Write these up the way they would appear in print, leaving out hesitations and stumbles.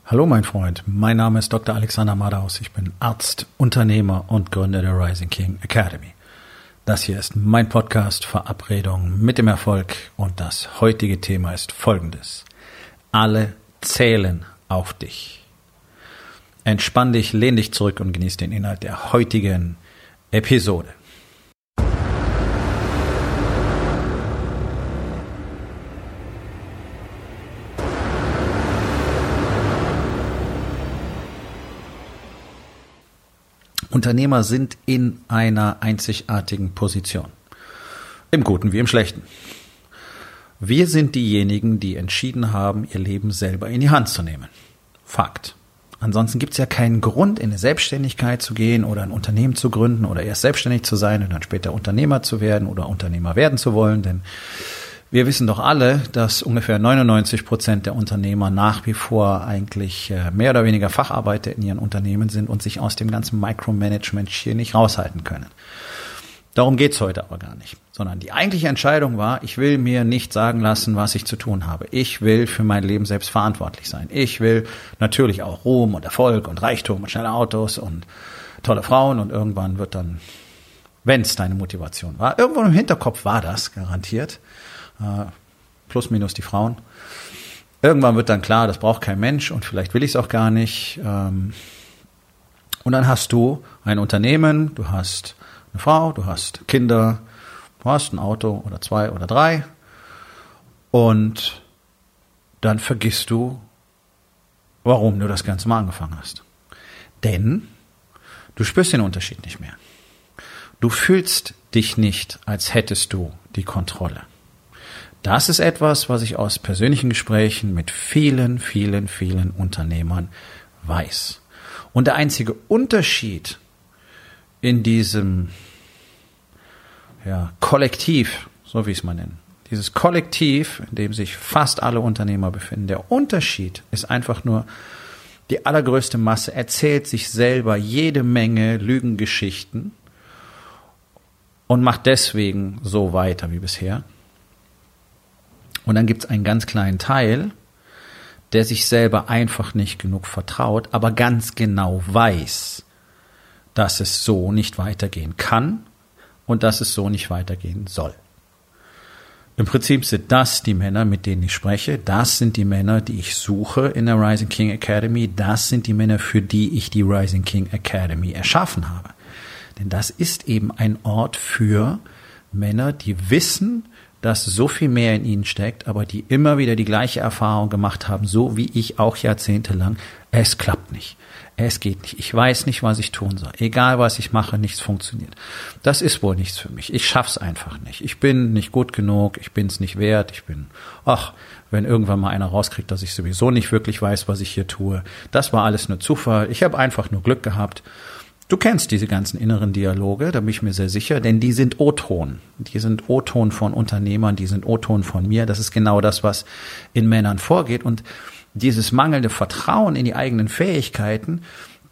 Hallo mein Freund, mein Name ist Dr. Alexander Madaus. Ich bin Arzt, Unternehmer und Gründer der Rising King Academy. Das hier ist mein Podcast Verabredung mit dem Erfolg und das heutige Thema ist folgendes. Alle zählen auf dich. Entspann dich, lehn dich zurück und genieß den Inhalt der heutigen Episode. Unternehmer sind in einer einzigartigen Position. Im Guten wie im Schlechten. Wir sind diejenigen, die entschieden haben, ihr Leben selber in die Hand zu nehmen. Fakt. Ansonsten gibt es ja keinen Grund, in eine Selbstständigkeit zu gehen oder ein Unternehmen zu gründen oder erst selbstständig zu sein und dann später Unternehmer zu werden oder Unternehmer werden zu wollen, denn wir wissen doch alle, dass ungefähr 99% der Unternehmer nach wie vor eigentlich mehr oder weniger Facharbeiter in ihren Unternehmen sind und sich aus dem ganzen Micromanagement hier nicht raushalten können. Darum geht's heute aber gar nicht, sondern die eigentliche Entscheidung war, ich will mir nicht sagen lassen, was ich zu tun habe. Ich will für mein Leben selbst verantwortlich sein. Ich will natürlich auch Ruhm und Erfolg und Reichtum und schnelle Autos und tolle Frauen und irgendwann wird dann, wenn es deine Motivation war, irgendwo im Hinterkopf war das garantiert, plus minus die Frauen. Irgendwann wird dann klar, das braucht kein Mensch und vielleicht will ich es auch gar nicht. Und dann hast du ein Unternehmen, du hast eine Frau, du hast Kinder, du hast ein Auto oder 2 oder 3 und dann vergisst du, warum du das Ganze mal angefangen hast. Denn du spürst den Unterschied nicht mehr. Du fühlst dich nicht, als hättest du die Kontrolle. Das ist etwas, was ich aus persönlichen Gesprächen mit vielen Unternehmern weiß. Und der einzige Unterschied in diesem Kollektiv, so wie ich es mal nenne, dieses Kollektiv, in dem sich fast alle Unternehmer befinden, der Unterschied ist einfach nur, die allergrößte Masse erzählt sich selber jede Menge Lügengeschichten und macht deswegen so weiter wie bisher. Und dann gibt es einen ganz kleinen Teil, der sich selber einfach nicht genug vertraut, aber ganz genau weiß, dass es so nicht weitergehen kann und dass es so nicht weitergehen soll. Im Prinzip sind das die Männer, mit denen ich spreche. Das sind die Männer, die ich suche in der Rising King Academy. Das sind die Männer, für die ich die Rising King Academy erschaffen habe. Denn das ist eben ein Ort für Männer, die wissen, dass so viel mehr in ihnen steckt, aber die immer wieder die gleiche Erfahrung gemacht haben, so wie ich auch jahrzehntelang. Es klappt nicht. Es geht nicht. Ich weiß nicht, was ich tun soll. Egal, was ich mache, nichts funktioniert. Das ist wohl nichts für mich. Ich schaff's einfach nicht. Ich bin nicht gut genug. Ich bin's nicht wert. Wenn irgendwann mal einer rauskriegt, dass ich sowieso nicht wirklich weiß, was ich hier tue. Das war alles nur Zufall. Ich habe einfach nur Glück gehabt. Du kennst diese ganzen inneren Dialoge, da bin ich mir sehr sicher, denn die sind O-Ton. Die sind O-Ton von Unternehmern, die sind O-Ton von mir. Das ist genau das, was in Männern vorgeht. Und dieses mangelnde Vertrauen in die eigenen Fähigkeiten,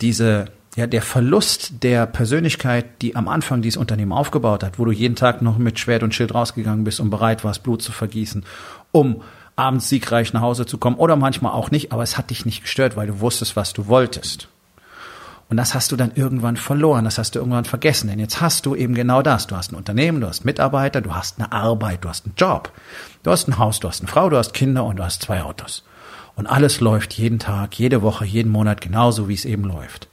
der Verlust der Persönlichkeit, die am Anfang dieses Unternehmen aufgebaut hat, wo du jeden Tag noch mit Schwert und Schild rausgegangen bist und bereit warst, Blut zu vergießen, um abends siegreich nach Hause zu kommen oder manchmal auch nicht, aber es hat dich nicht gestört, weil du wusstest, was du wolltest. Und das hast du dann irgendwann verloren, das hast du irgendwann vergessen, denn jetzt hast du eben genau das. Du hast ein Unternehmen, du hast Mitarbeiter, du hast eine Arbeit, du hast einen Job, du hast ein Haus, du hast eine Frau, du hast Kinder und du hast 2 Autos. Und alles läuft jeden Tag, jede Woche, jeden Monat genauso, wie es eben läuft.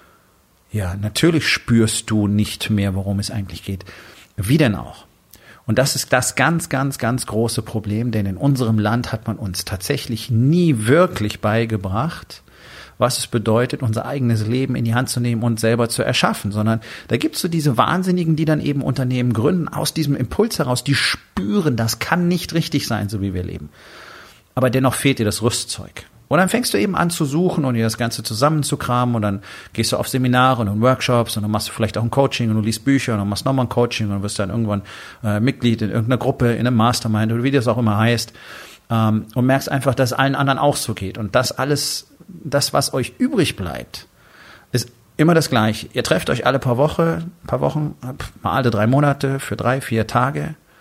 Ja, natürlich spürst du nicht mehr, worum es eigentlich geht. Wie denn auch? Und das ist das ganz große Problem, denn in unserem Land hat man uns tatsächlich nie wirklich beigebracht, was es bedeutet, unser eigenes Leben in die Hand zu nehmen und selber zu erschaffen, sondern da gibt's so diese Wahnsinnigen, die dann eben Unternehmen gründen, aus diesem Impuls heraus, die spüren, das kann nicht richtig sein, so wie wir leben. Aber dennoch fehlt dir das Rüstzeug. Und dann fängst du eben an zu suchen und dir das Ganze zusammenzukramen und dann gehst du auf Seminare und Workshops und dann machst du vielleicht auch ein Coaching und du liest Bücher und dann machst nochmal ein Coaching und dann wirst du dann irgendwann Mitglied in irgendeiner Gruppe, in einem Mastermind oder wie das auch immer heißt und merkst einfach, dass es allen anderen auch so geht. Und das alles, das, was euch übrig bleibt, ist immer das Gleiche. Ihr trefft euch alle paar Wochen, mal alle 3 Monate für 3-4 Tage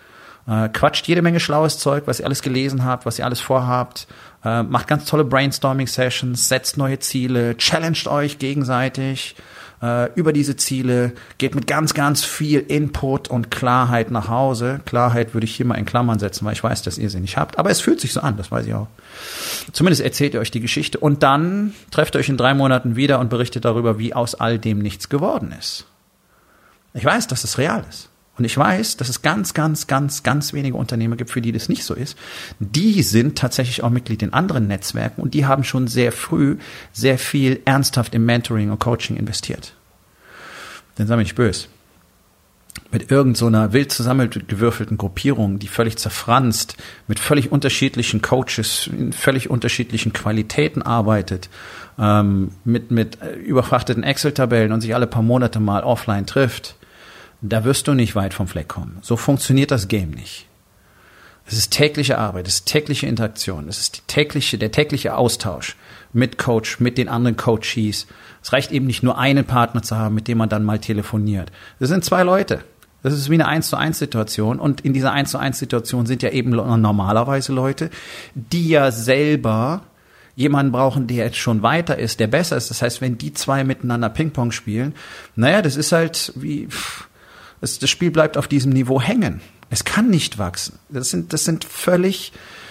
quatscht jede Menge schlaues Zeug, was ihr alles gelesen habt, was ihr alles vorhabt, macht ganz tolle Brainstorming-Sessions, setzt neue Ziele, challenged euch gegenseitig über diese Ziele, geht mit ganz, ganz viel Input und Klarheit nach Hause. Klarheit würde ich hier mal in Klammern setzen, weil ich weiß, dass ihr sie nicht habt. Aber es fühlt sich so an, das weiß ich auch. Zumindest erzählt ihr euch die Geschichte und dann trefft ihr euch in 3 Monaten wieder und berichtet darüber, wie aus all dem nichts geworden ist. Ich weiß, dass es real ist. Und ich weiß, dass es ganz, ganz, ganz, ganz wenige Unternehmer gibt, für die das nicht so ist. Die sind tatsächlich auch Mitglied in anderen Netzwerken und die haben schon sehr früh sehr viel ernsthaft im Mentoring und Coaching investiert. Denn sei mir nicht böse. Mit irgend so einer wild zusammengewürfelten Gruppierung, die völlig zerfranst, mit völlig unterschiedlichen Coaches, in völlig unterschiedlichen Qualitäten arbeitet, mit überfrachteten Excel-Tabellen und sich alle paar Monate mal offline trifft, da wirst du nicht weit vom Fleck kommen. So funktioniert das Game nicht. Es ist tägliche Arbeit, es ist tägliche Interaktion, es ist der tägliche Austausch mit Coach, mit den anderen Coaches. Es reicht eben nicht nur einen Partner zu haben, mit dem man dann mal telefoniert. Das sind 2 Leute. Das ist wie eine 1:1-Situation und in dieser 1:1-Situation sind ja eben normalerweise Leute, die ja selber jemanden brauchen, der jetzt schon weiter ist, der besser ist. Das heißt, wenn die 2 miteinander Ping-Pong spielen, das ist halt wie... Das Spiel bleibt auf diesem Niveau hängen. Es kann nicht wachsen. Das sind völlig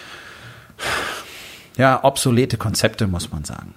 obsolete Konzepte, muss man sagen.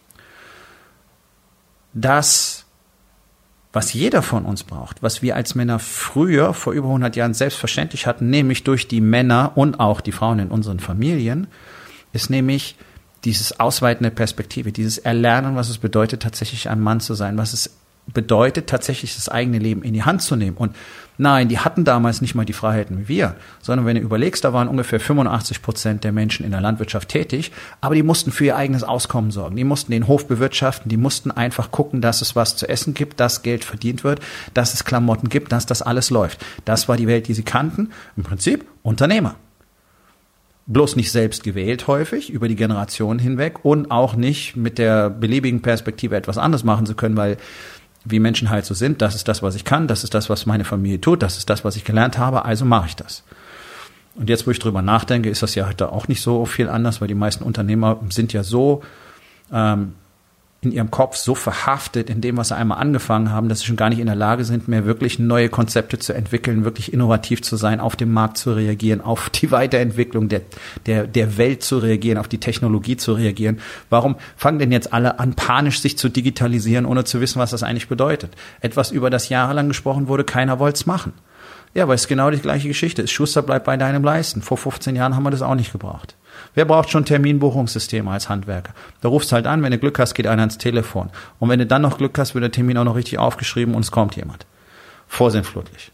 Das, was jeder von uns braucht, was wir als Männer früher, vor über 100 Jahren selbstverständlich hatten, nämlich durch die Männer und auch die Frauen in unseren Familien, ist nämlich dieses Ausweiten der Perspektive, dieses Erlernen, was es bedeutet, tatsächlich ein Mann zu sein, was es bedeutet, tatsächlich das eigene Leben in die Hand zu nehmen. Und nein, die hatten damals nicht mal die Freiheiten wie wir, sondern wenn du überlegst, da waren ungefähr 85% der Menschen in der Landwirtschaft tätig, aber die mussten für ihr eigenes Auskommen sorgen. Die mussten den Hof bewirtschaften, die mussten einfach gucken, dass es was zu essen gibt, dass Geld verdient wird, dass es Klamotten gibt, dass das alles läuft. Das war die Welt, die sie kannten. Im Prinzip Unternehmer. Bloß nicht selbst gewählt häufig, über die Generationen hinweg und auch nicht mit der beliebigen Perspektive etwas anderes machen zu können, weil wie Menschen halt so sind, das ist das, was ich kann, das ist das, was meine Familie tut, das ist das, was ich gelernt habe, also mache ich das. Und jetzt, wo ich drüber nachdenke, ist das ja heute auch nicht so viel anders, weil die meisten Unternehmer sind ja so in ihrem Kopf so verhaftet in dem, was sie einmal angefangen haben, dass sie schon gar nicht in der Lage sind, mehr wirklich neue Konzepte zu entwickeln, wirklich innovativ zu sein, auf den Markt zu reagieren, auf die Weiterentwicklung der Welt zu reagieren, auf die Technologie zu reagieren. Warum fangen denn jetzt alle an, panisch sich zu digitalisieren, ohne zu wissen, was das eigentlich bedeutet? Etwas, über das jahrelang gesprochen wurde, keiner wollte es machen. Ja, weil es genau die gleiche Geschichte ist. Schuster, bleib bei deinem Leisten. Vor 15 Jahren haben wir das auch nicht gebraucht. Wer braucht schon Terminbuchungssysteme als Handwerker? Da rufst halt an, wenn du Glück hast, geht einer ans Telefon. Und wenn du dann noch Glück hast, wird der Termin auch noch richtig aufgeschrieben und es kommt jemand. Vorsinnflutlich.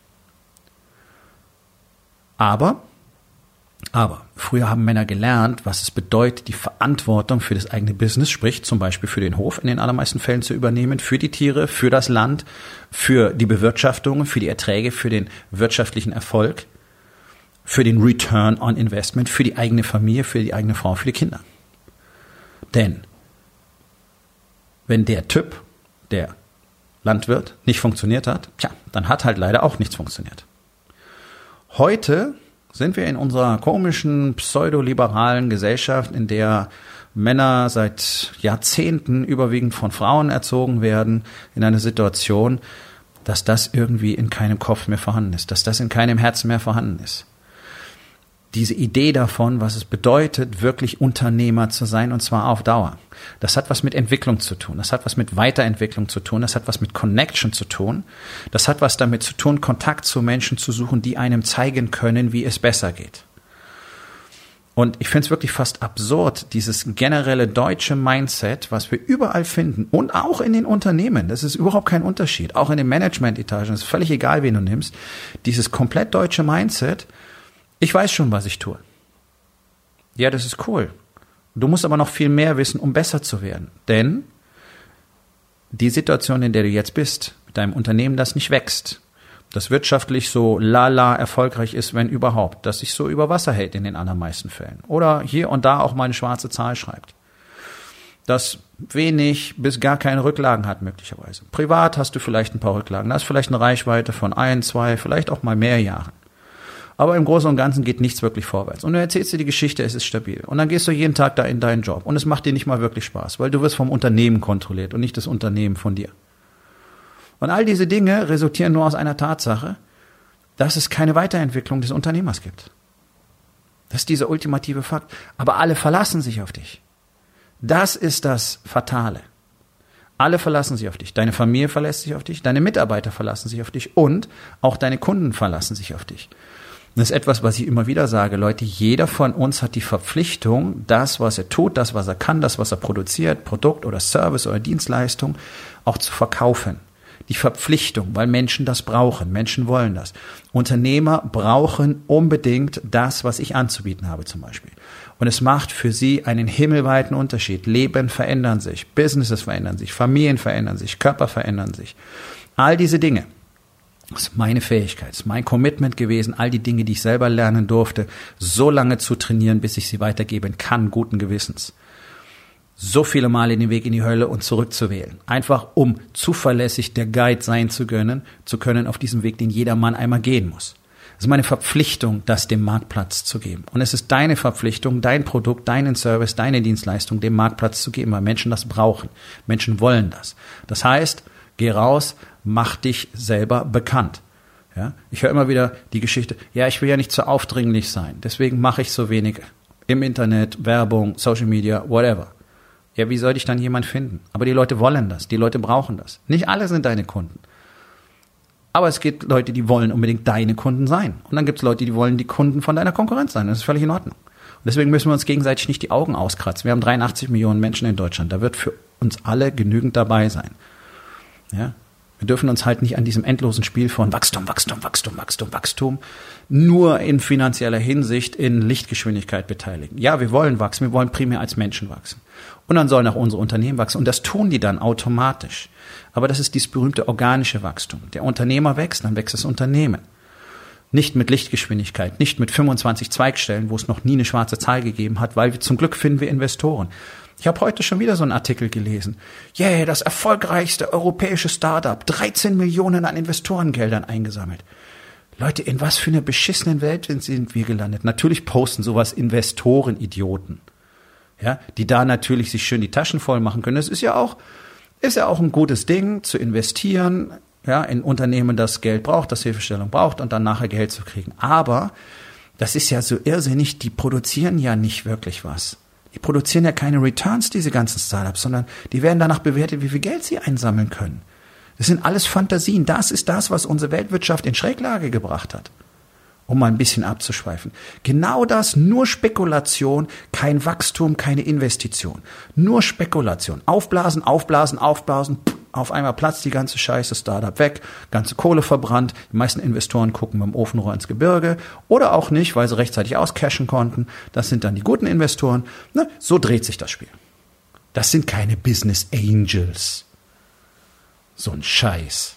Aber, früher haben Männer gelernt, was es bedeutet, die Verantwortung für das eigene Business, sprich zum Beispiel für den Hof in den allermeisten Fällen zu übernehmen, für die Tiere, für das Land, für die Bewirtschaftung, für die Erträge, für den wirtschaftlichen Erfolg, für den Return on Investment, für die eigene Familie, für die eigene Frau, für die Kinder. Denn wenn der Typ, der Landwirt, nicht funktioniert hat, dann hat halt leider auch nichts funktioniert. Heute sind wir in unserer komischen, pseudoliberalen Gesellschaft, in der Männer seit Jahrzehnten überwiegend von Frauen erzogen werden, in einer Situation, dass das irgendwie in keinem Kopf mehr vorhanden ist, dass das in keinem Herzen mehr vorhanden ist. Diese Idee davon, was es bedeutet, wirklich Unternehmer zu sein, und zwar auf Dauer. Das hat was mit Entwicklung zu tun, das hat was mit Weiterentwicklung zu tun, das hat was mit Connection zu tun, das hat was damit zu tun, Kontakt zu Menschen zu suchen, die einem zeigen können, wie es besser geht. Und ich finde es wirklich fast absurd, dieses generelle deutsche Mindset, was wir überall finden und auch in den Unternehmen, das ist überhaupt kein Unterschied, auch in den Management-Etagen, ist völlig egal, wen du nimmst, dieses komplett deutsche Mindset, ich weiß schon, was ich tue. Ja, das ist cool. Du musst aber noch viel mehr wissen, um besser zu werden. Denn die Situation, in der du jetzt bist, mit deinem Unternehmen, das nicht wächst, das wirtschaftlich so lala erfolgreich ist, wenn überhaupt, das sich so über Wasser hält in den allermeisten Fällen. Oder hier und da auch mal eine schwarze Zahl schreibt. Das wenig bis gar keine Rücklagen hat möglicherweise. Privat hast du vielleicht ein paar Rücklagen. Da ist vielleicht eine Reichweite von 1, 2, vielleicht auch mal mehr Jahren. Aber im Großen und Ganzen geht nichts wirklich vorwärts. Und du erzählst dir die Geschichte, es ist stabil. Und dann gehst du jeden Tag da in deinen Job. Und es macht dir nicht mal wirklich Spaß, weil du wirst vom Unternehmen kontrolliert und nicht das Unternehmen von dir. Und all diese Dinge resultieren nur aus einer Tatsache, dass es keine Weiterentwicklung des Unternehmers gibt. Das ist dieser ultimative Fakt. Aber alle verlassen sich auf dich. Das ist das Fatale. Alle verlassen sich auf dich. Deine Familie verlässt sich auf dich, deine Mitarbeiter verlassen sich auf dich und auch deine Kunden verlassen sich auf dich. Das ist etwas, was ich immer wieder sage. Leute, jeder von uns hat die Verpflichtung, das, was er tut, das, was er kann, das, was er produziert, Produkt oder Service oder Dienstleistung, auch zu verkaufen. Die Verpflichtung, weil Menschen das brauchen. Menschen wollen das. Unternehmer brauchen unbedingt das, was ich anzubieten habe zum Beispiel. Und es macht für sie einen himmelweiten Unterschied. Leben verändern sich, Businesses verändern sich, Familien verändern sich, Körper verändern sich. All diese Dinge. Das ist meine Fähigkeit, das ist mein Commitment gewesen, all die Dinge, die ich selber lernen durfte, so lange zu trainieren, bis ich sie weitergeben kann, guten Gewissens. So viele Male den Weg in die Hölle und zurückzuwählen. Einfach um zuverlässig der Guide sein zu können auf diesem Weg, den jeder Mann einmal gehen muss. Es ist meine Verpflichtung, das dem Marktplatz zu geben. Und es ist deine Verpflichtung, dein Produkt, deinen Service, deine Dienstleistung dem Marktplatz zu geben, weil Menschen das brauchen. Menschen wollen das. Das heißt, geh raus, mach dich selber bekannt. Ja? Ich höre immer wieder die Geschichte, ja, ich will ja nicht zu aufdringlich sein, deswegen mache ich so wenig im Internet, Werbung, Social Media, whatever. Ja, wie soll ich dann jemand finden? Aber die Leute wollen das, die Leute brauchen das. Nicht alle sind deine Kunden. Aber es gibt Leute, die wollen unbedingt deine Kunden sein. Und dann gibt es Leute, die wollen die Kunden von deiner Konkurrenz sein. Das ist völlig in Ordnung. Und deswegen müssen wir uns gegenseitig nicht die Augen auskratzen. Wir haben 83 Millionen Menschen in Deutschland. Da wird für uns alle genügend dabei sein. Ja? Wir dürfen uns halt nicht an diesem endlosen Spiel von Wachstum, Wachstum, Wachstum, Wachstum, Wachstum nur in finanzieller Hinsicht in Lichtgeschwindigkeit beteiligen. Ja, wir wollen wachsen, wir wollen primär als Menschen wachsen. Und dann sollen auch unsere Unternehmen wachsen. Und das tun die dann automatisch. Aber das ist dieses berühmte organische Wachstum. Der Unternehmer wächst, dann wächst das Unternehmen. Nicht mit Lichtgeschwindigkeit, nicht mit 25 Zweigstellen, wo es noch nie eine schwarze Zahl gegeben hat, weil zum Glück finden wir Investoren. Ich habe heute schon wieder so einen Artikel gelesen. Yeah, das erfolgreichste europäische Startup, 13 Millionen an Investorengeldern eingesammelt. Leute, in was für einer beschissenen Welt sind wir gelandet? Natürlich posten sowas Investoren-Idioten, ja, die da natürlich sich schön die Taschen voll machen können. Das ist ja auch ein gutes Ding, zu investieren, ja, in Unternehmen, das Geld braucht, das Hilfestellung braucht und dann nachher Geld zu kriegen. Aber das ist ja so irrsinnig, die produzieren ja nicht wirklich was. Die produzieren ja keine Returns, diese ganzen Startups, sondern die werden danach bewertet, wie viel Geld sie einsammeln können. Das sind alles Fantasien. Das ist das, was unsere Weltwirtschaft in Schräglage gebracht hat. Um mal ein bisschen abzuschweifen. Genau das, nur Spekulation, kein Wachstum, keine Investition. Nur Spekulation. Aufblasen, aufblasen, aufblasen. Auf einmal platzt die ganze Scheiße, Startup weg, ganze Kohle verbrannt. Die meisten Investoren gucken mit dem Ofenrohr ins Gebirge oder auch nicht, weil sie rechtzeitig auscashen konnten. Das sind dann die guten Investoren. Na, so dreht sich das Spiel. Das sind keine Business Angels. So ein Scheiß.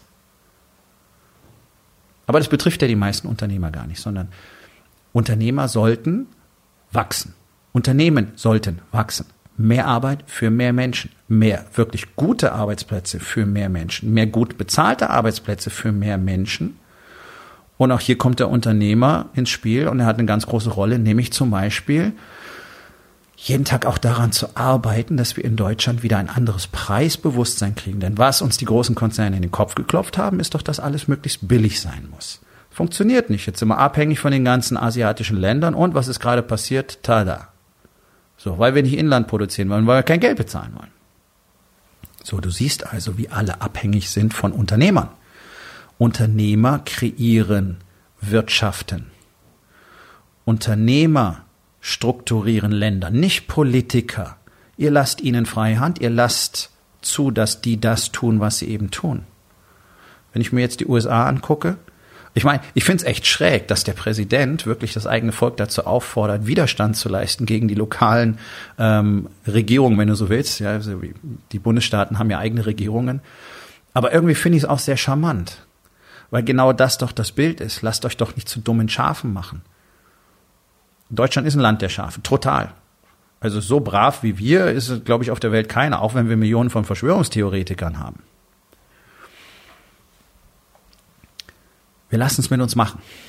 Aber das betrifft ja die meisten Unternehmer gar nicht, sondern Unternehmer sollten wachsen. Unternehmen sollten wachsen. Mehr Arbeit für mehr Menschen. Mehr wirklich gute Arbeitsplätze für mehr Menschen. Mehr gut bezahlte Arbeitsplätze für mehr Menschen. Und auch hier kommt der Unternehmer ins Spiel und er hat eine ganz große Rolle, nämlich zum Beispiel jeden Tag auch daran zu arbeiten, dass wir in Deutschland wieder ein anderes Preisbewusstsein kriegen. Denn was uns die großen Konzerne in den Kopf geklopft haben, ist doch, dass alles möglichst billig sein muss. Funktioniert nicht. Jetzt sind wir abhängig von den ganzen asiatischen Ländern. Und was ist gerade passiert? Tada. So, weil wir nicht Inland produzieren wollen, weil wir kein Geld bezahlen wollen. So, du siehst also, wie alle abhängig sind von Unternehmern. Unternehmer kreieren Wirtschaften. Unternehmer strukturieren Länder, nicht Politiker. Ihr lasst ihnen freie Hand, ihr lasst zu, dass die das tun, was sie eben tun. Wenn ich mir jetzt die USA angucke, ich meine, ich finde es echt schräg, dass der Präsident wirklich das eigene Volk dazu auffordert, Widerstand zu leisten gegen die lokalen Regierungen, wenn du so willst. Ja, also die Bundesstaaten haben ja eigene Regierungen. Aber irgendwie finde ich es auch sehr charmant, weil genau das doch das Bild ist. Lasst euch doch nicht zu dummen Schafen machen. Deutschland ist ein Land der Schafe, total. Also so brav wie wir ist, glaube ich, auf der Welt keiner, auch wenn wir Millionen von Verschwörungstheoretikern haben. Wir lassen es mit uns machen.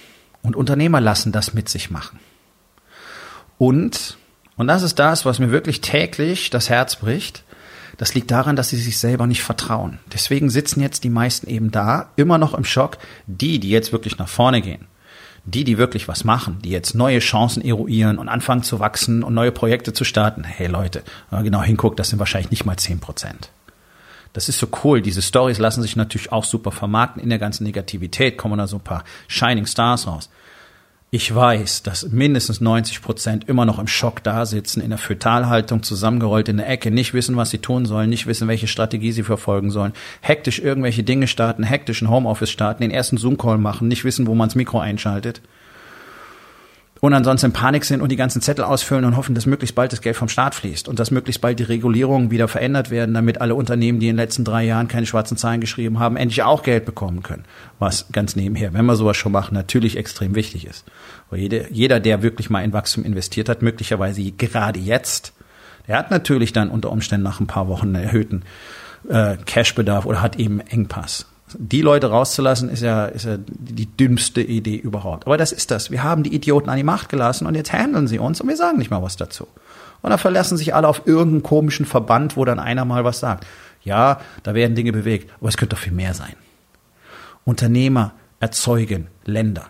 Und Unternehmer lassen das mit sich machen. Und das ist das, was mir wirklich täglich das Herz bricht, das liegt daran, dass sie sich selber nicht vertrauen. Deswegen sitzen jetzt die meisten eben da, immer noch im Schock, die jetzt wirklich nach vorne gehen. Die wirklich was machen, die jetzt neue Chancen eruieren und anfangen zu wachsen und neue Projekte zu starten. Hey Leute, wenn man genau hinguckt, das sind wahrscheinlich nicht mal 10%. Das ist so cool. Diese Stories lassen sich natürlich auch super vermarkten. In der ganzen Negativität kommen da so ein paar Shining Stars raus. Ich weiß, dass mindestens 90% immer noch im Schock da sitzen, in der Fötalhaltung zusammengerollt in der Ecke, nicht wissen, was sie tun sollen, nicht wissen, welche Strategie sie verfolgen sollen, hektisch irgendwelche Dinge starten, hektisch ein Homeoffice starten, den ersten Zoom-Call machen, nicht wissen, wo man das Mikro einschaltet und ansonsten in Panik sind und die ganzen Zettel ausfüllen und hoffen, dass möglichst bald das Geld vom Staat fließt und dass möglichst bald die Regulierungen wieder verändert werden, damit alle Unternehmen, die in den letzten 3 Jahren keine schwarzen Zahlen geschrieben haben, endlich auch Geld bekommen können. Was ganz nebenher, wenn wir sowas schon machen, natürlich extrem wichtig ist. Weil jeder, der wirklich mal in Wachstum investiert hat, möglicherweise gerade jetzt, der hat natürlich dann unter Umständen nach ein paar Wochen einen erhöhten Cashbedarf oder hat eben Engpass. Die Leute rauszulassen, ist ja die dümmste Idee überhaupt. Aber das ist das. Wir haben die Idioten an die Macht gelassen und jetzt handeln sie uns und wir sagen nicht mal was dazu. Und dann verlassen sich alle auf irgendeinen komischen Verband, wo dann einer mal was sagt. Ja, da werden Dinge bewegt, aber es könnte doch viel mehr sein. Unternehmer erzeugen Länder.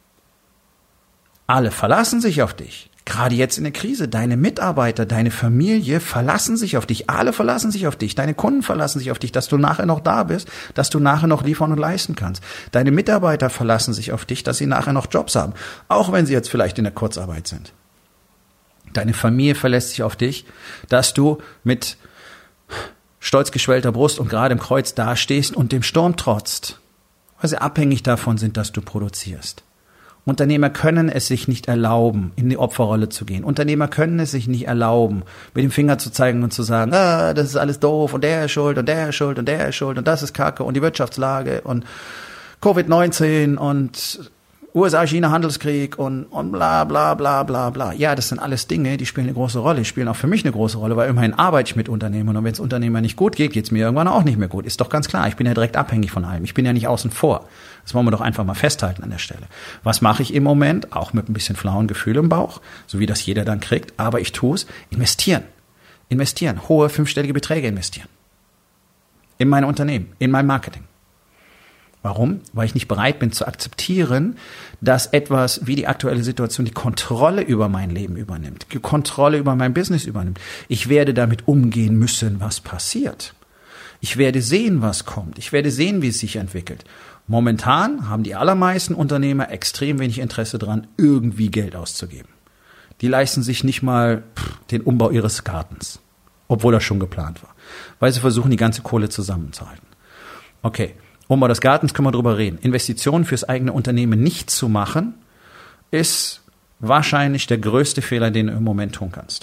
Alle verlassen sich auf dich. Gerade jetzt in der Krise, deine Mitarbeiter, deine Familie verlassen sich auf dich. Alle verlassen sich auf dich. Deine Kunden verlassen sich auf dich, dass du nachher noch da bist, dass du nachher noch liefern und leisten kannst. Deine Mitarbeiter verlassen sich auf dich, dass sie nachher noch Jobs haben, auch wenn sie jetzt vielleicht in der Kurzarbeit sind. Deine Familie verlässt sich auf dich, dass du mit stolz geschwellter Brust und gerade im Kreuz dastehst und dem Sturm trotzt, weil sie abhängig davon sind, dass du produzierst. Unternehmer können es sich nicht erlauben, in die Opferrolle zu gehen. Unternehmer können es sich nicht erlauben, mit dem Finger zu zeigen und zu sagen, das ist alles doof und der ist schuld und der ist schuld und der ist schuld und das ist Kacke und die Wirtschaftslage und Covid-19 und USA-China-Handelskrieg und bla bla bla bla bla. Ja, das sind alles Dinge, die spielen eine große Rolle, die spielen auch für mich eine große Rolle, weil immerhin arbeite ich mit Unternehmern und wenn es Unternehmer nicht gut geht, geht es mir irgendwann auch nicht mehr gut. Ist doch ganz klar, ich bin ja direkt abhängig von allem. Ich bin ja nicht außen vor. Das wollen wir doch einfach mal festhalten an der Stelle. Was mache ich im Moment? Auch mit ein bisschen flauen Gefühl im Bauch, so wie das jeder dann kriegt, aber ich tue es. Investieren. Investieren. Hohe 5-stellige Beträge investieren. In mein Unternehmen, in mein Marketing. Warum? Weil ich nicht bereit bin zu akzeptieren, dass etwas wie die aktuelle Situation die Kontrolle über mein Leben übernimmt, die Kontrolle über mein Business übernimmt. Ich werde damit umgehen müssen, was passiert. Ich werde sehen, was kommt. Ich werde sehen, wie es sich entwickelt. Momentan haben die allermeisten Unternehmer extrem wenig Interesse daran, irgendwie Geld auszugeben. Die leisten sich nicht mal den Umbau ihres Gartens, obwohl das schon geplant war, weil sie versuchen, die ganze Kohle zusammenzuhalten. Okay. Umbau des Gartens können wir drüber reden. Investitionen fürs eigene Unternehmen nicht zu machen, ist wahrscheinlich der größte Fehler, den du im Moment tun kannst.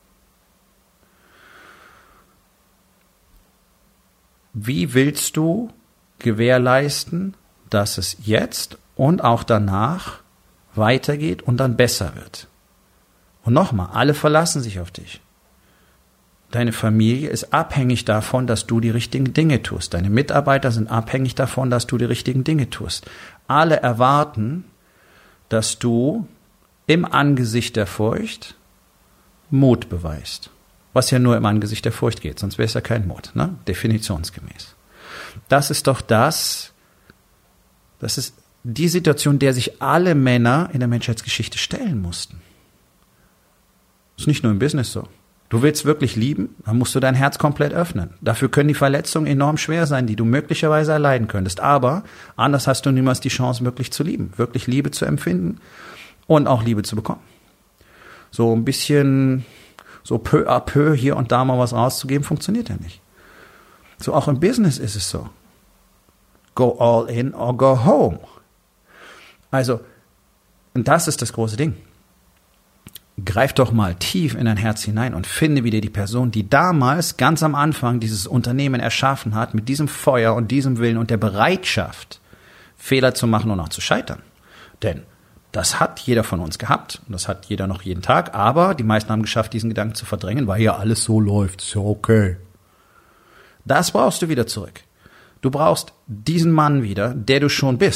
Wie willst du gewährleisten, dass es jetzt und auch danach weitergeht und dann besser wird? Und nochmal, alle verlassen sich auf dich. Deine Familie ist abhängig davon, dass du die richtigen Dinge tust. Deine Mitarbeiter sind abhängig davon, dass du die richtigen Dinge tust. Alle erwarten, dass du im Angesicht der Furcht Mut beweist. Was ja nur im Angesicht der Furcht geht, sonst wäre es ja kein Mut, ne? Definitionsgemäß. Das ist doch das ist die Situation, der sich alle Männer in der Menschheitsgeschichte stellen mussten. Das ist nicht nur im Business so. Du willst wirklich lieben, dann musst du dein Herz komplett öffnen. Dafür können die Verletzungen enorm schwer sein, die du möglicherweise erleiden könntest. Aber anders hast du niemals die Chance, wirklich zu lieben, wirklich Liebe zu empfinden und auch Liebe zu bekommen. So ein bisschen, so peu à peu hier und da mal was rauszugeben, funktioniert ja nicht. So auch im Business ist es so. Go all in or go home. Also, und das ist das große Ding. Greif doch mal tief in dein Herz hinein und finde wieder die Person, die damals ganz am Anfang dieses Unternehmen erschaffen hat, mit diesem Feuer und diesem Willen und der Bereitschaft, Fehler zu machen und auch zu scheitern. Denn das hat jeder von uns gehabt und das hat jeder noch jeden Tag, aber die meisten haben geschafft, diesen Gedanken zu verdrängen, weil ja alles so läuft, ist ja okay. Das brauchst du wieder zurück. Du brauchst diesen Mann wieder, der du schon bist.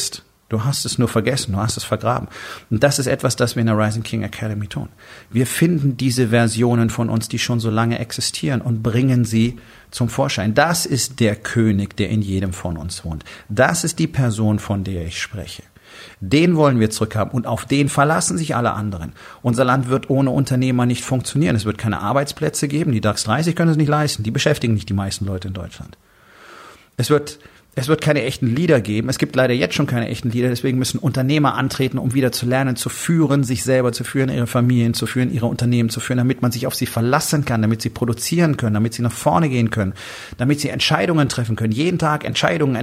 Du hast es nur vergessen, du hast es vergraben. Und das ist etwas, das wir in der Rising King Academy tun. Wir finden diese Versionen von uns, die schon so lange existieren, und bringen sie zum Vorschein. Das ist der König, der in jedem von uns wohnt. Das ist die Person, von der ich spreche. Den wollen wir zurückhaben und auf den verlassen sich alle anderen. Unser Land wird ohne Unternehmer nicht funktionieren. Es wird keine Arbeitsplätze geben. Die DAX 30 können es nicht leisten. Die beschäftigen nicht die meisten Leute in Deutschland. Es wird keine echten Leader geben. Es gibt leider jetzt schon keine echten Leader. Deswegen müssen Unternehmer antreten, um wieder zu lernen, zu führen, sich selber zu führen, ihre Familien zu führen, ihre Unternehmen zu führen, damit man sich auf sie verlassen kann, damit sie produzieren können, damit sie nach vorne gehen können, damit sie Entscheidungen treffen können. Jeden Tag Entscheidungen,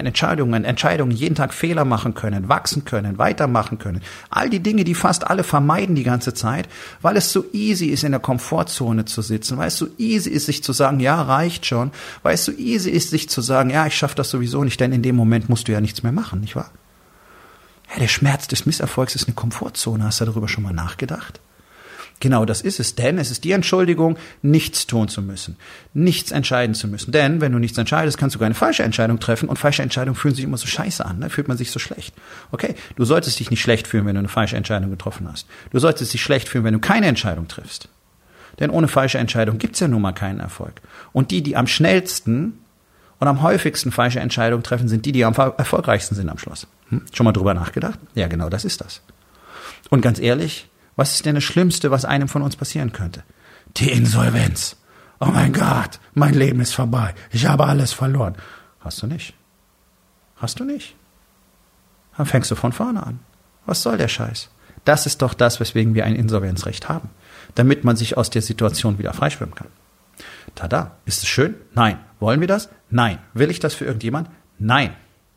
jeden Tag Fehler machen können, wachsen können, weitermachen können. All die Dinge, die fast alle vermeiden die ganze Zeit, weil es so easy ist, in der Komfortzone zu sitzen, weil es so easy ist, sich zu sagen, ja, reicht schon, weil es so easy ist, sich zu sagen, ja, ich schaffe das sowieso nicht, denn in dem Moment musst du ja nichts mehr machen, nicht wahr? Ja, der Schmerz des Misserfolgs ist eine Komfortzone. Hast du darüber schon mal nachgedacht? Genau, das ist es, denn es ist die Entschuldigung, nichts tun zu müssen, nichts entscheiden zu müssen. Denn wenn du nichts entscheidest, kannst du keine falsche Entscheidung treffen, und falsche Entscheidungen fühlen sich immer so scheiße an, ne? Fühlt man sich so schlecht. Okay, du solltest dich nicht schlecht fühlen, wenn du eine falsche Entscheidung getroffen hast. Du solltest dich schlecht fühlen, wenn du keine Entscheidung triffst. Denn ohne falsche Entscheidung gibt's ja nun mal keinen Erfolg. Und die am schnellsten und am häufigsten falsche Entscheidungen treffen, sind die am erfolgreichsten sind am Schluss. Schon mal drüber nachgedacht? Ja, genau, das ist das. Und ganz ehrlich, was ist denn das Schlimmste, was einem von uns passieren könnte? Die Insolvenz. Oh mein Gott, mein Leben ist vorbei. Ich habe alles verloren. Hast du nicht. Hast du nicht. Dann fängst du von vorne an. Was soll der Scheiß? Das ist doch das, weswegen wir ein Insolvenzrecht haben. Damit man sich aus der Situation wieder freischwimmen kann. Tada. Ist es schön? Nein. Wollen wir das? Nein. Will ich das für irgendjemand? Nein.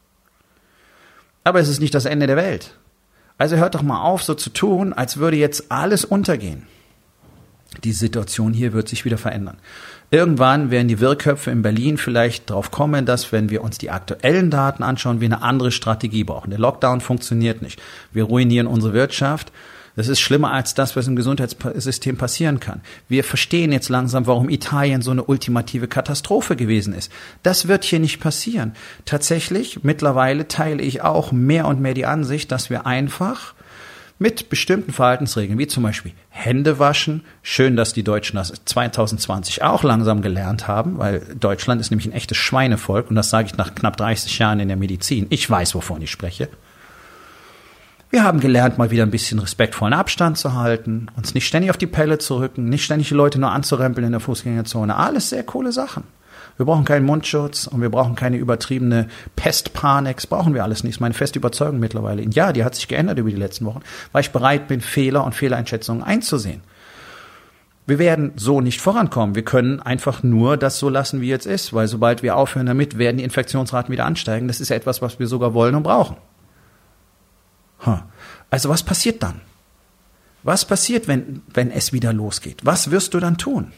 Aber es ist nicht das Ende der Welt. Also hört doch mal auf, so zu tun, als würde jetzt alles untergehen. Die Situation hier wird sich wieder verändern. Irgendwann werden die Wirrköpfe in Berlin vielleicht drauf kommen, dass, wenn wir uns die aktuellen Daten anschauen, wir eine andere Strategie brauchen. Der Lockdown funktioniert nicht. Wir ruinieren unsere Wirtschaft. Das ist schlimmer als das, was im Gesundheitssystem passieren kann. Wir verstehen jetzt langsam, warum Italien so eine ultimative Katastrophe gewesen ist. Das wird hier nicht passieren. Tatsächlich, mittlerweile teile ich auch mehr und mehr die Ansicht, dass wir einfach mit bestimmten Verhaltensregeln, wie zum Beispiel Hände waschen, schön, dass die Deutschen das 2020 auch langsam gelernt haben, weil Deutschland ist nämlich ein echtes Schweinevolk, und das sage ich nach knapp 30 Jahren in der Medizin. Ich weiß, wovon ich spreche. Wir haben gelernt, mal wieder ein bisschen respektvollen Abstand zu halten, uns nicht ständig auf die Pelle zu rücken, nicht ständig die Leute nur anzurempeln in der Fußgängerzone. Alles sehr coole Sachen. Wir brauchen keinen Mundschutz und wir brauchen keine übertriebene Pestpanik. Das brauchen wir alles nicht. Das ist meine feste Überzeugung mittlerweile. Ja, die hat sich geändert über die letzten Wochen, weil ich bereit bin, Fehler und Fehleinschätzungen einzusehen. Wir werden so nicht vorankommen. Wir können einfach nur das so lassen, wie jetzt ist, weil sobald wir aufhören damit, werden die Infektionsraten wieder ansteigen. Das ist ja etwas, was wir sogar wollen und brauchen. Also was passiert dann? Was passiert, wenn es wieder losgeht? Was wirst du dann tun?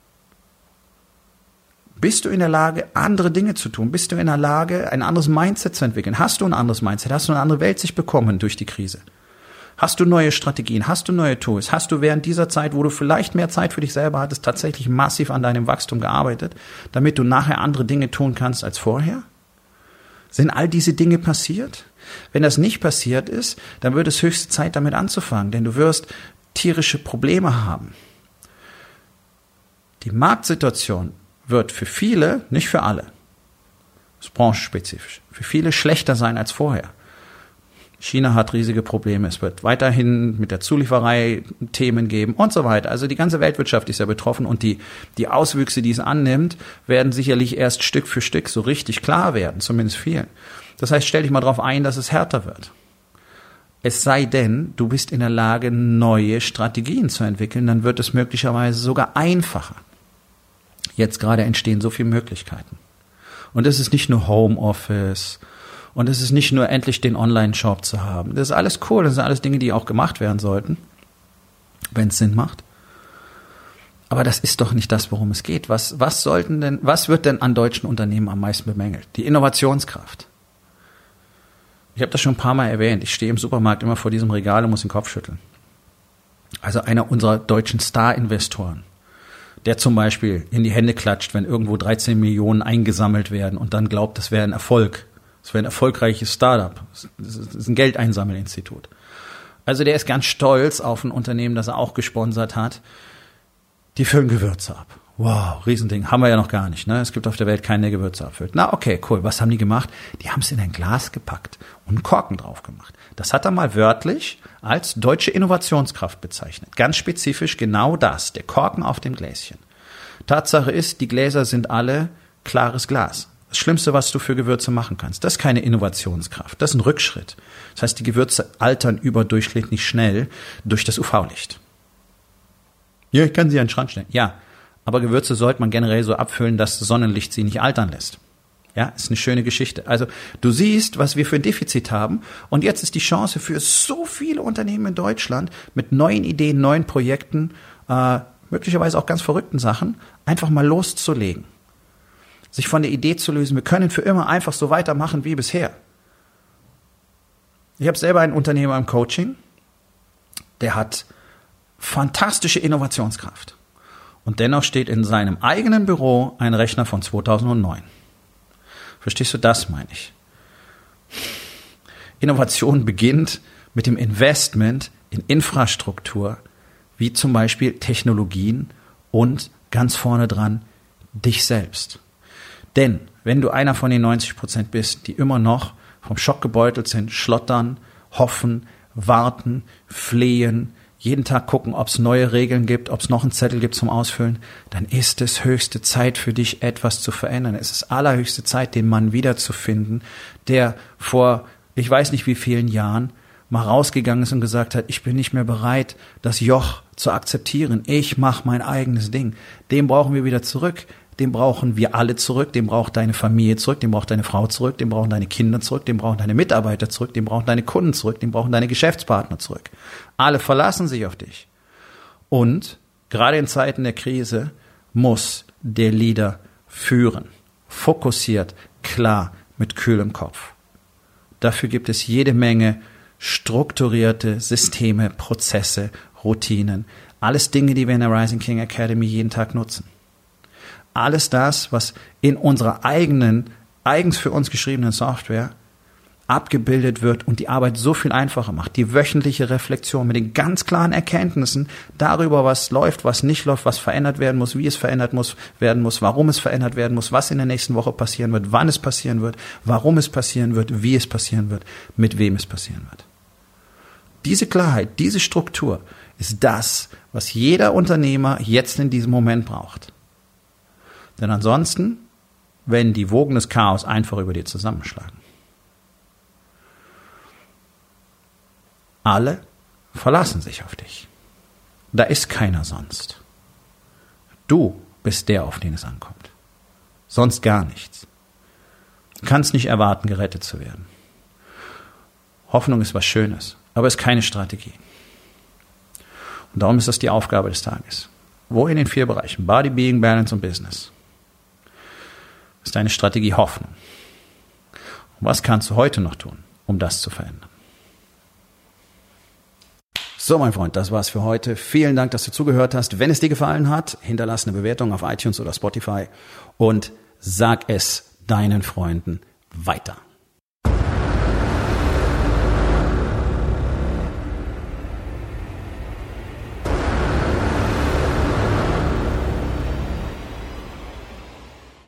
Bist du in der Lage, andere Dinge zu tun? Bist du in der Lage, ein anderes Mindset zu entwickeln? Hast du ein anderes Mindset? Hast du eine andere Welt sich bekommen durch die Krise? Hast du neue Strategien? Hast du neue Tools? Hast du während dieser Zeit, wo du vielleicht mehr Zeit für dich selber hattest, tatsächlich massiv an deinem Wachstum gearbeitet, damit du nachher andere Dinge tun kannst als vorher? Sind all diese Dinge passiert? Wenn das nicht passiert ist, dann wird es höchste Zeit, damit anzufangen, denn du wirst tierische Probleme haben. Die Marktsituation wird für viele, nicht für alle, das ist branchenspezifisch, für viele schlechter sein als vorher. China hat riesige Probleme, es wird weiterhin mit der Zulieferei Themen geben und so weiter. Also die ganze Weltwirtschaft ist ja betroffen, und die Auswüchse, die es annimmt, werden sicherlich erst Stück für Stück so richtig klar werden, zumindest vielen. Das heißt, stell dich mal darauf ein, dass es härter wird. Es sei denn, du bist in der Lage, neue Strategien zu entwickeln, dann wird es möglicherweise sogar einfacher. Jetzt gerade entstehen so viele Möglichkeiten. Und es ist nicht nur Homeoffice, und es ist nicht nur endlich den Online-Shop zu haben. Das ist alles cool, das sind alles Dinge, die auch gemacht werden sollten, wenn es Sinn macht. Aber das ist doch nicht das, worum es geht. Was wird denn an deutschen Unternehmen am meisten bemängelt? Die Innovationskraft. Ich habe das schon ein paar Mal erwähnt. Ich stehe im Supermarkt immer vor diesem Regal und muss den Kopf schütteln. Also einer unserer deutschen Star-Investoren, der zum Beispiel in die Hände klatscht, wenn irgendwo 13 Millionen eingesammelt werden und dann glaubt, das wäre ein Erfolg. Das wäre ein erfolgreiches Startup. Das ist ein Geldeinsammelinstitut. Also der ist ganz stolz auf ein Unternehmen, das er auch gesponsert hat. Die füllen Gewürze ab. Wow, Riesending. Haben wir ja noch gar nicht. Ne? Es gibt auf der Welt keinen, der Gewürze abfüllt. Na okay, cool. Was haben die gemacht? Die haben es in ein Glas gepackt und einen Korken drauf gemacht. Das hat er mal wörtlich als deutsche Innovationskraft bezeichnet. Ganz spezifisch genau das, der Korken auf dem Gläschen. Tatsache ist, die Gläser sind alle klares Glas. Das Schlimmste, was du für Gewürze machen kannst, das ist keine Innovationskraft, das ist ein Rückschritt. Das heißt, die Gewürze altern überdurchschnittlich schnell durch das UV-Licht. Ja, ich kann sie in den Schrank stellen. Ja, aber Gewürze sollte man generell so abfüllen, dass das Sonnenlicht sie nicht altern lässt. Ja, ist eine schöne Geschichte. Also du siehst, was wir für ein Defizit haben und jetzt ist die Chance für so viele Unternehmen in Deutschland mit neuen Ideen, neuen Projekten, möglicherweise auch ganz verrückten Sachen, einfach mal loszulegen. Sich von der Idee zu lösen, wir können für immer einfach so weitermachen wie bisher. Ich habe selber einen Unternehmer im Coaching, der hat fantastische Innovationskraft. Und dennoch steht in seinem eigenen Büro ein Rechner von 2009. Verstehst du, das meine ich. Innovation beginnt mit dem Investment in Infrastruktur, wie zum Beispiel Technologien und ganz vorne dran dich selbst. Denn wenn du einer von den 90% bist, die immer noch vom Schock gebeutelt sind, schlottern, hoffen, warten, flehen, jeden Tag gucken, ob es neue Regeln gibt, ob es noch einen Zettel gibt zum Ausfüllen, dann ist es höchste Zeit für dich, etwas zu verändern. Es ist allerhöchste Zeit, den Mann wiederzufinden, der vor, ich weiß nicht wie vielen Jahren, mal rausgegangen ist und gesagt hat, ich bin nicht mehr bereit, das Joch zu akzeptieren. Ich mache mein eigenes Ding. Den brauchen wir wieder zurück. Den brauchen wir alle zurück, den braucht deine Familie zurück, den braucht deine Frau zurück, den brauchen deine Kinder zurück, den brauchen deine Mitarbeiter zurück, den brauchen deine Kunden zurück, den brauchen deine Geschäftspartner zurück. Alle verlassen sich auf dich. Und gerade in Zeiten der Krise muss der Leader führen. Fokussiert, klar, mit kühlem Kopf. Dafür gibt es jede Menge strukturierte Systeme, Prozesse, Routinen. Alles Dinge, die wir in der Rising King Academy jeden Tag nutzen. Alles das, was in unserer eigens für uns geschriebenen Software abgebildet wird und die Arbeit so viel einfacher macht. Die wöchentliche Reflexion mit den ganz klaren Erkenntnissen darüber, was läuft, was nicht läuft, was verändert werden muss, wie es verändert werden muss, warum es verändert werden muss, was in der nächsten Woche passieren wird, wann es passieren wird, warum es passieren wird, wie es passieren wird, mit wem es passieren wird. Diese Klarheit, diese Struktur ist das, was jeder Unternehmer jetzt in diesem Moment braucht. Denn ansonsten werden die Wogen des Chaos einfach über dir zusammenschlagen. Alle verlassen sich auf dich. Da ist keiner sonst. Du bist der, auf den es ankommt. Sonst gar nichts. Du kannst nicht erwarten, gerettet zu werden. Hoffnung ist was Schönes, aber ist keine Strategie. Und darum ist das die Aufgabe des Tages. Wo in den 4 Bereichen, Body, Being, Balance und Business, ist deine Strategie Hoffnung. Und was kannst du heute noch tun, um das zu verändern? So, mein Freund, das war's für heute. Vielen Dank, dass du zugehört hast. Wenn es dir gefallen hat, hinterlass eine Bewertung auf iTunes oder Spotify und sag es deinen Freunden weiter.